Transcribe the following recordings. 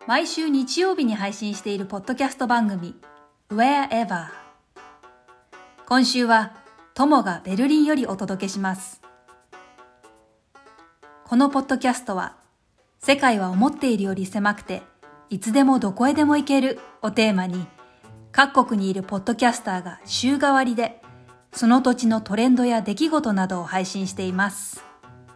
毎週日曜日に配信しているポッドキャスト番組 Wherever。 今週はトモがベルリンよりお届けします。このポッドキャストは世界は思っているより狭くていつでもどこへでも行けるをテーマに、各国にいるポッドキャスターが週替わりでその土地のトレンドや出来事などを配信しています。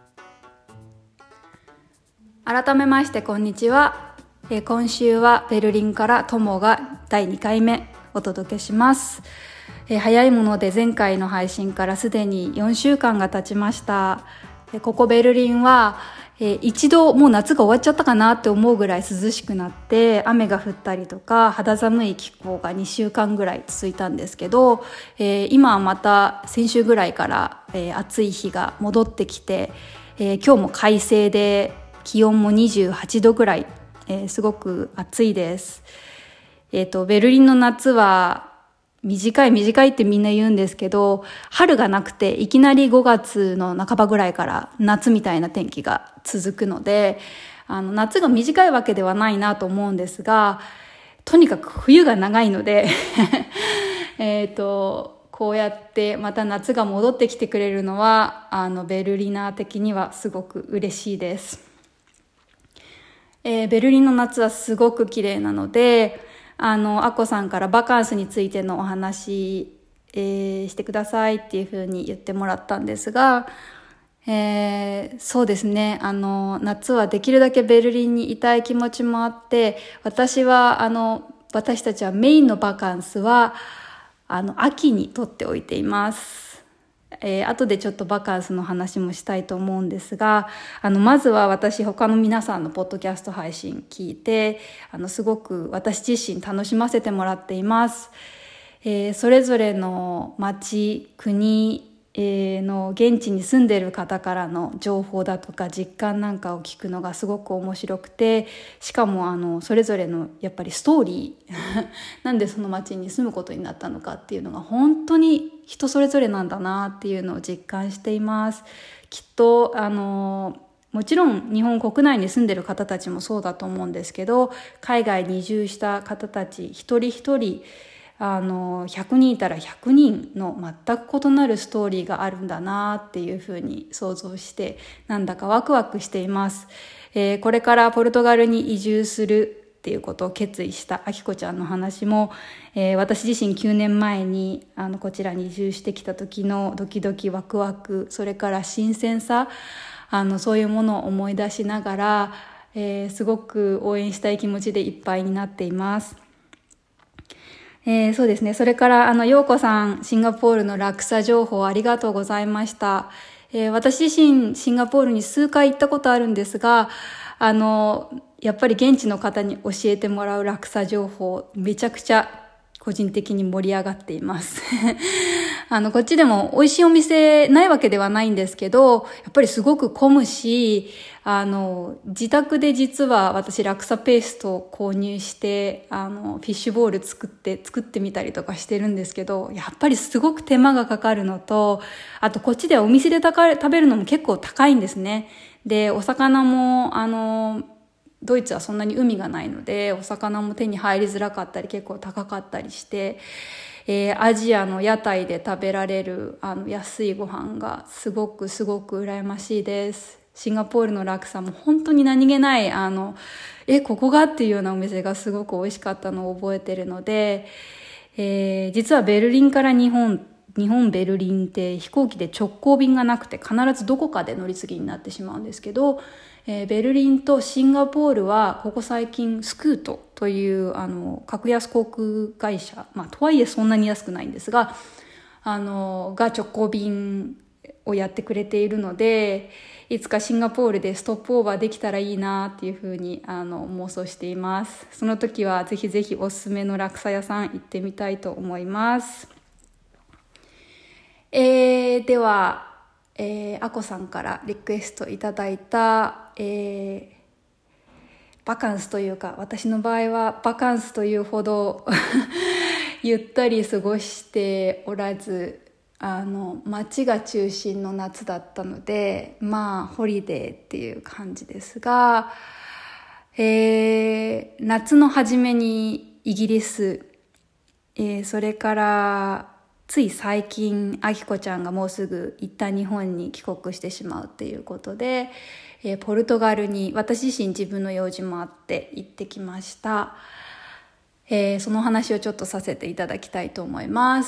改めましてこんにちは。今週はベルリンからトモが第2回目お届けします。早いもので前回の配信からすでに4週間が経ちました。ここベルリンは一度もう夏が終わっちゃったかなって思うぐらい涼しくなって雨が降ったりとか肌寒い気候が2週間ぐらい続いたんですけど、今はまた先週ぐらいから暑い日が戻ってきて、今日も快晴で気温も28度ぐらい、すごく暑いです。ベルリンの夏は短いってみんな言うんですけど、春がなくていきなり5月の半ばぐらいから夏みたいな天気が続くので、夏が短いわけではないなと思うんですが、とにかく冬が長いのでこうやってまた夏が戻ってきてくれるのはベルリナー的にはすごく嬉しいです。ベルリンの夏はすごく綺麗なので、アコさんからバカンスについてのお話、してくださいっていうふうに言ってもらったんですが、そうですね、夏はできるだけベルリンにいたい気持ちもあって、私たちはメインのバカンスは秋にとっておいています。後でちょっとバカンスの話もしたいと思うんですが、まずは私他の皆さんのポッドキャスト配信聞いて、すごく私自身楽しませてもらっています。それぞれの町、国、の現地に住んでいる方からの情報だとか実感なんかを聞くのがすごく面白くて、しかもそれぞれのやっぱりストーリーなんでその町に住むことになったのかっていうのが本当に人それぞれなんだなっていうのを実感しています。きっともちろん日本国内に住んでる方たちもそうだと思うんですけど、海外に移住した方たち一人一人100人いたら100人の全く異なるストーリーがあるんだなっていうふうに想像して、なんだかワクワクしています。これからポルトガルに移住するっていうことを決意したあきこちゃんの話も、私自身9年前にこちらに移住してきた時のドキドキワクワク、それから新鮮さ、そういうものを思い出しながら、すごく応援したい気持ちでいっぱいになっています。そうですね。それから、陽子さん、シンガポールの落差情報ありがとうございました。私自身、シンガポールに数回行ったことあるんですが、やっぱり現地の方に教えてもらう落差情報、めちゃくちゃ個人的に盛り上がっています。こっちでも美味しいお店ないわけではないんですけど、やっぱりすごく混むし、自宅で実は私ラクサペーストを購入して、フィッシュボール作ってみたりとかしてるんですけど、やっぱりすごく手間がかかるのと、あとこっちではお店で食べるのも結構高いんですね。で、お魚も、ドイツはそんなに海がないので、お魚も手に入りづらかったり結構高かったりして、アジアの屋台で食べられる安いご飯がすごく羨ましいです。シンガポールのラクサも本当に何気ないここがっていうようなお店がすごく美味しかったのを覚えてるので、実はベルリンから日本ベルリンって飛行機で直行便がなくて必ずどこかで乗り継ぎになってしまうんですけど、ベルリンとシンガポールはここ最近スクートという格安航空会社、とはいえそんなに安くないんですがが直行便をやってくれているので、いつかシンガポールでストップオーバーできたらいいなっていうふうに妄想しています。その時はぜひおすすめのラクサ屋さん行ってみたいと思います。ではアコさんからリクエストいただいた、バカンスというか、私の場合はバカンスというほどゆったり過ごしておらず、街が中心の夏だったので、ホリデーっていう感じですが、 夏の初めにイギリス、それからつい最近あきこちゃんがもうすぐ一旦日本に帰国してしまうっていうことで、ポルトガルに私自身自分の用事もあって行ってきました。その話をちょっとさせていただきたいと思います。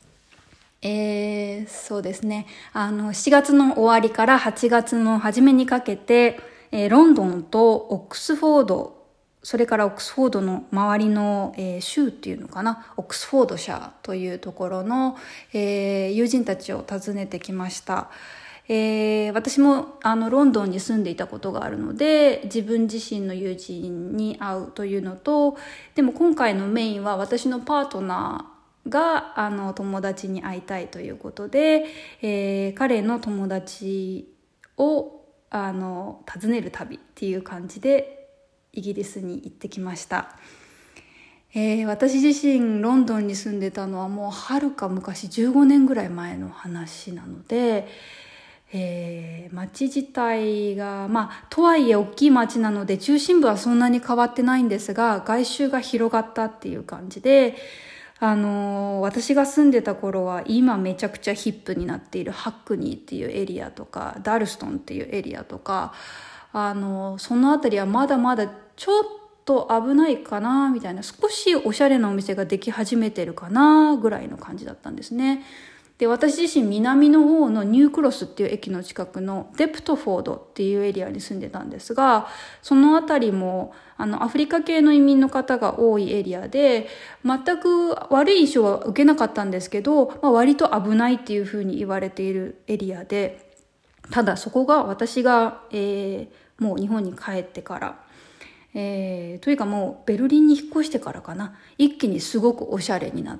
そうですね。7月の終わりから8月の初めにかけて、ロンドンとオックスフォード、それからオックスフォードの周りの、州っていうのかな、オックスフォードシャーというところの、友人たちを訪ねてきました。私もロンドンに住んでいたことがあるので、自分自身の友人に会うというのと、でも今回のメインは私のパートナーが友達に会いたいということで、彼の友達を訪ねる旅っていう感じでイギリスに行ってきました。私自身ロンドンに住んでたのはもうはるか昔15年ぐらい前の話なので、街自体がとはいえ大きい街なので中心部はそんなに変わってないんですが、外周が広がったっていう感じで、私が住んでた頃は今めちゃくちゃヒップになっているハックニーっていうエリアとかダルストンっていうエリアとか、そのあたりはまだまだちょっと危ないかなみたいな、少しおしゃれなお店ができ始めてるかなぐらいの感じだったんですね。で、私自身南の方のニュークロスっていう駅の近くのデプトフォードっていうエリアに住んでたんですが、そのあたりもアフリカ系の移民の方が多いエリアで、全く悪い印象は受けなかったんですけど、割と危ないっていうふうに言われているエリアで、ただそこが私が、もう日本に帰ってから、というかもうベルリンに引っ越してからかな、一気にすごくおしゃれになって、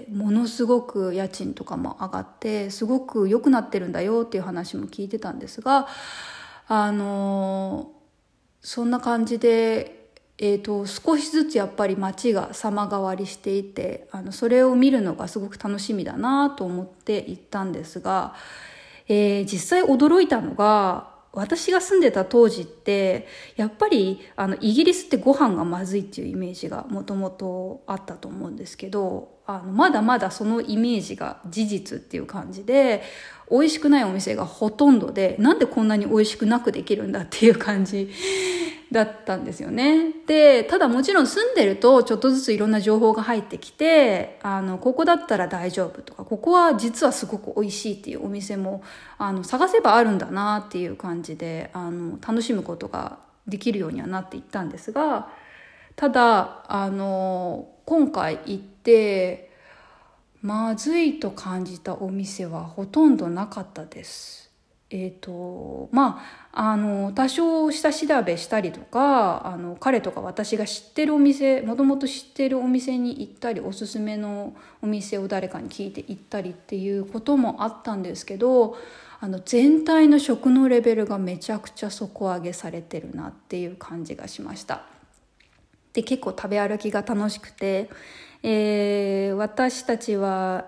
ものすごく家賃とかも上がってすごく良くなってるんだよっていう話も聞いてたんですが、そんな感じで、少しずつやっぱり街が様変わりしていて、それを見るのがすごく楽しみだなと思って行ったんですが、実際驚いたのが、私が住んでた当時ってやっぱりイギリスってご飯がまずいっていうイメージがもともとあったと思うんですけど、まだまだそのイメージが事実っていう感じで、美味しくないお店がほとんどで、なんでこんなに美味しくなくできるんだっていう感じだったんですよね。で、ただもちろん住んでるとちょっとずついろんな情報が入ってきて、ここだったら大丈夫とか、ここは実はすごく美味しいっていうお店も探せばあるんだなっていう感じで楽しむことができるようにはなっていったんですが、ただ今回行ってまずいと感じたお店はほとんどなかったです。多少下調べしたりとか、彼とか私が知ってるお店、もともと知ってるお店に行ったり、おすすめのお店を誰かに聞いて行ったりっていうこともあったんですけど、全体の食のレベルがめちゃくちゃ底上げされてるなっていう感じがしました。で、結構食べ歩きが楽しくて、私たちは、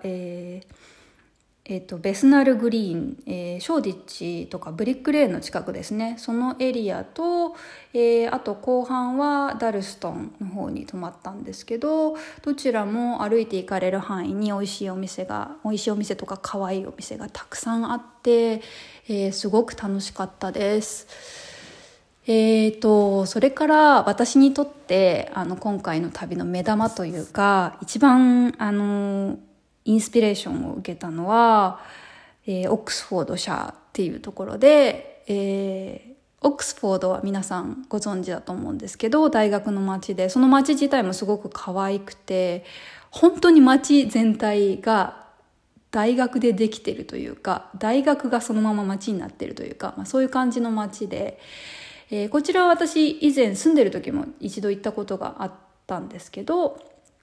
ベスナルグリーン、ショーディッチとかブリックレーンの近くですね、そのエリアと、あと後半はダルストンの方に泊まったんですけど、どちらも歩いて行かれる範囲に美味しいお店とか可愛いお店がたくさんあって、すごく楽しかったです。それから私にとって今回の旅の目玉というか、一番インスピレーションを受けたのは、オックスフォードシャーっていうところで、オックスフォードは皆さんご存知だと思うんですけど、大学の街で、その街自体もすごく可愛くて、本当に街全体が大学でできてるというか、大学がそのまま街になってるというか、そういう感じの街で、こちらは私以前住んでる時も一度行ったことがあったんですけど、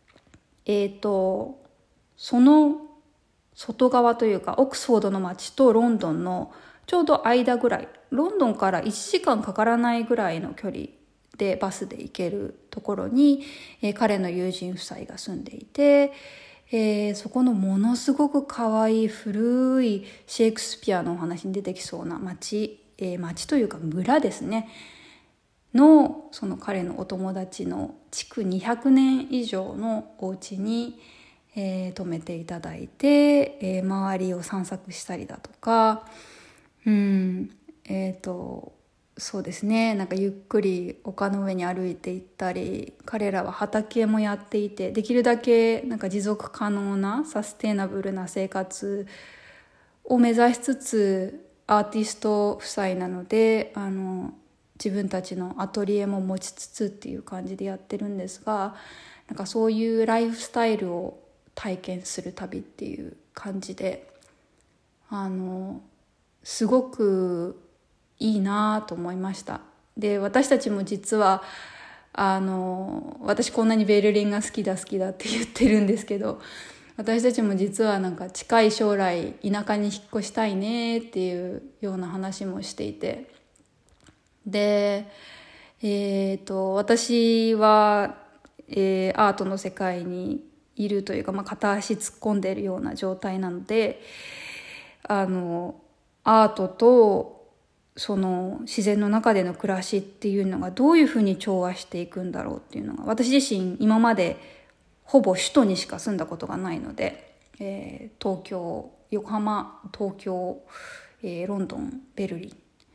その外側というか、オックスフォードの街とロンドンのちょうど間ぐらい、ロンドンから1時間かからないぐらいの距離でバスで行けるところに、彼の友人夫妻が住んでいて、そこのものすごく可愛い古いシェイクスピアのお話に出てきそうな町というか村ですね。 のその彼のお友達の築200年以上のお家に、泊めていただいて、周りを散策したりだとか、そうですね、なんかゆっくり丘の上に歩いていったり、彼らは畑もやっていて、できるだけなんか持続可能なサステイナブルな生活を目指しつつ、アーティスト夫妻なので自分たちのアトリエも持ちつつっていう感じでやってるんですが、なんかそういうライフスタイルを体験する旅っていう感じで、すごくいいなと思いました。で、私たちも実は私こんなにベルリンが好きだって言ってるんですけど、私たちも実はなんか近い将来田舎に引っ越したいねっていうような話もしていて、で、私は、アートの世界にいるというか、片足突っ込んでいるような状態なので、アートとその自然の中での暮らしっていうのがどういうふうに調和していくんだろうっていうのが、私自身今までほぼ首都にしか住んだことがないので、東京、横浜、東京、ロンドン、ベルリ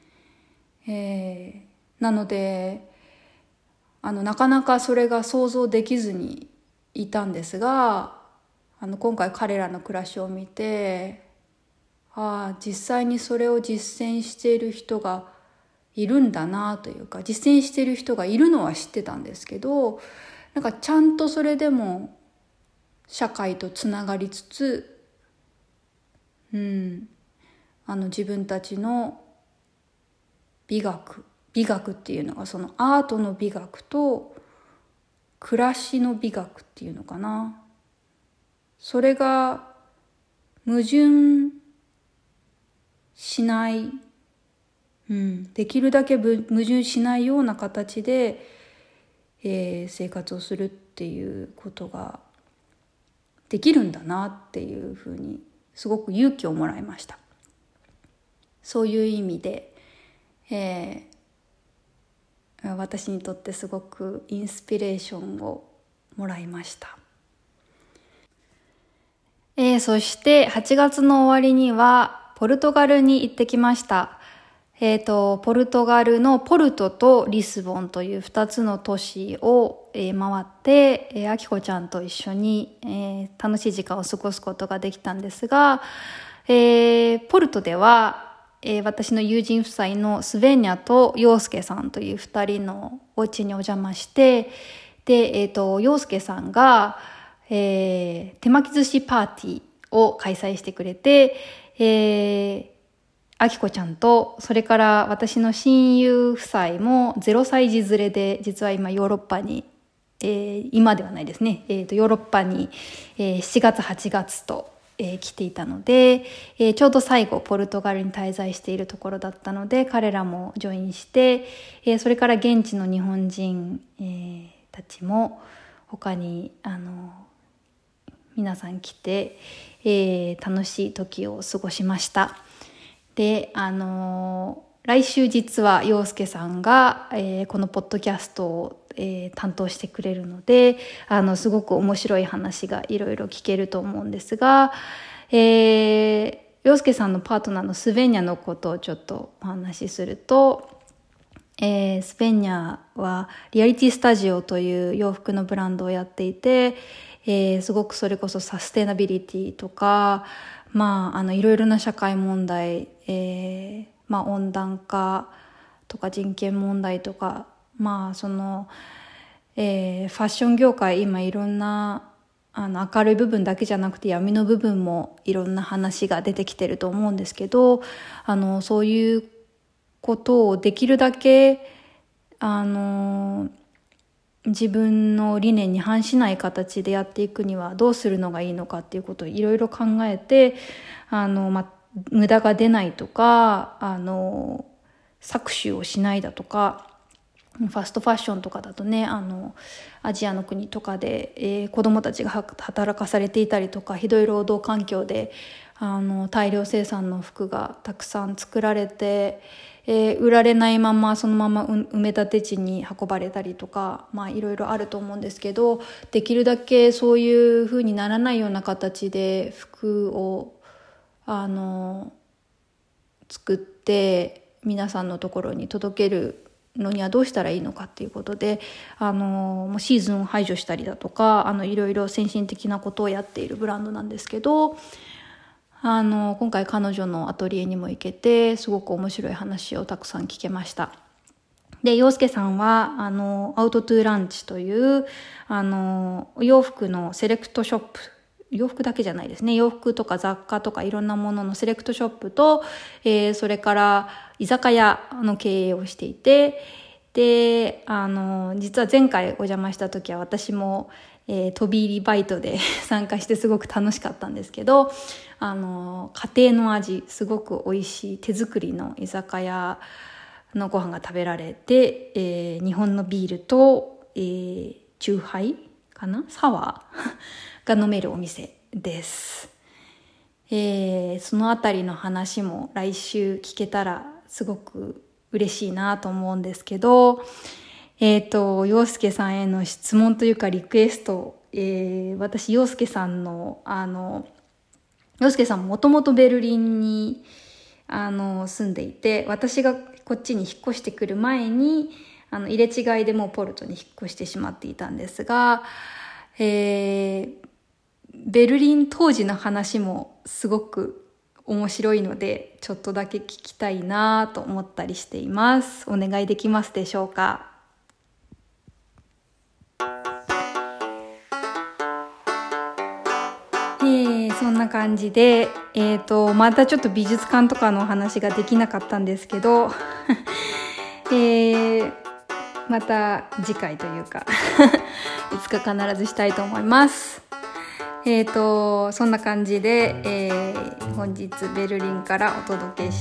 ン、なのでなかなかそれが想像できずにいたんですが、今回彼らの暮らしを見て、実際にそれを実践している人がいるんだなというか、実践している人がいるのは知ってたんですけど、なんかちゃんとそれでも社会とつながりつつ、自分たちの美学っていうのが、そのアートの美学と暮らしの美学っていうのかな、それが矛盾しない、できるだけ矛盾しないような形で、生活をするっていうことができるんだなっていうふうにすごく勇気をもらいました。そういう意味で、私にとってすごくインスピレーションをもらいました。そして8月の終わりにはポルトガルに行ってきました。ポルトガルのポルトとリスボンという2つの都市を、回って、あきこちゃんと一緒に、楽しい時間を過ごすことができたんですが、ポルトでは、私の友人夫妻のスベニャと陽介さんという2人のお家にお邪魔して、で、陽介さんが、手巻き寿司パーティーを開催してくれて、あきこちゃんと、それから私の親友夫妻も0歳児連れで、実は今ヨーロッパに、今ではないですね、ヨーロッパに、7月8月と、来ていたので、ちょうど最後ポルトガルに滞在しているところだったので、彼らもジョインして、それから現地の日本人、たちも他に皆さん来て、楽しい時を過ごしました。で、来週実は陽介さんが、このポッドキャストを、担当してくれるので、すごく面白い話がいろいろ聞けると思うんですが、陽介さんのパートナーのスベニャのことをちょっとお話しすると、スベニャはリアリティスタジオという洋服のブランドをやっていて、すごくそれこそサステナビリティとか、いろいろな社会問題、温暖化とか人権問題とか、ファッション業界今いろんな明るい部分だけじゃなくて闇の部分もいろんな話が出てきてると思うんですけど、そういうことをできるだけ自分の理念に反しない形でやっていくにはどうするのがいいのかっていうことをいろいろ考えて、無駄が出ないとか、搾取をしないだとか、ファストファッションとかだとね、アジアの国とかで、子供たちが働かされていたりとか、ひどい労働環境で大量生産の服がたくさん作られて、売られないままそのまま埋め立て地に運ばれたりとか、いろいろあると思うんですけど、できるだけそういう風にならないような形で服を作って皆さんのところに届けるのにはどうしたらいいのかっていうことで、もうシーズンを排除したりだとか、いろいろ先進的なことをやっているブランドなんですけど、今回彼女のアトリエにも行けて、すごく面白い話をたくさん聞けました。で、陽介さんはアウトトゥーランチというお洋服のセレクトショップ、洋服だけじゃないですね、洋服とか雑貨とかいろんなもののセレクトショップと、それから居酒屋の経営をしていて、で実は前回お邪魔した時は私も飛び入りバイトで参加してすごく楽しかったんですけど、家庭の味、すごく美味しい手作りの居酒屋のご飯が食べられて、日本のビールと、チューハイかな、サワーが飲めるお店です。そのあたりの話も来週聞けたらすごく嬉しいなと思うんですけど、陽介さんへの質問というかリクエスト、私陽介さんの陽介さんもともとベルリンに住んでいて、私がこっちに引っ越してくる前に入れ違いでもうポルトに引っ越してしまっていたんですが、ベルリン当時の話もすごく面白いので、ちょっとだけ聞きたいなと思ったりしています。お願いできますでしょうか。そんな感じで、またちょっと美術館とかの話ができなかったんですけど、また次回というかいつか必ずしたいと思います。そんな感じで、本日ベルリンからお届けした、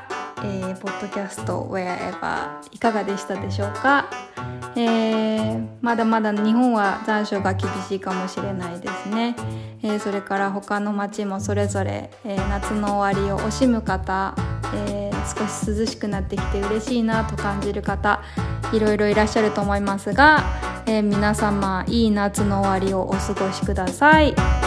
ポッドキャスト Wherever いかがでしたでしょうか。まだまだ日本は残暑が厳しいかもしれないですね。それから他の街もそれぞれ、夏の終わりを惜しむ方、少し涼しくなってきて嬉しいなと感じる方、いろいろいらっしゃると思いますが、皆様いい夏の終わりをお過ごしください。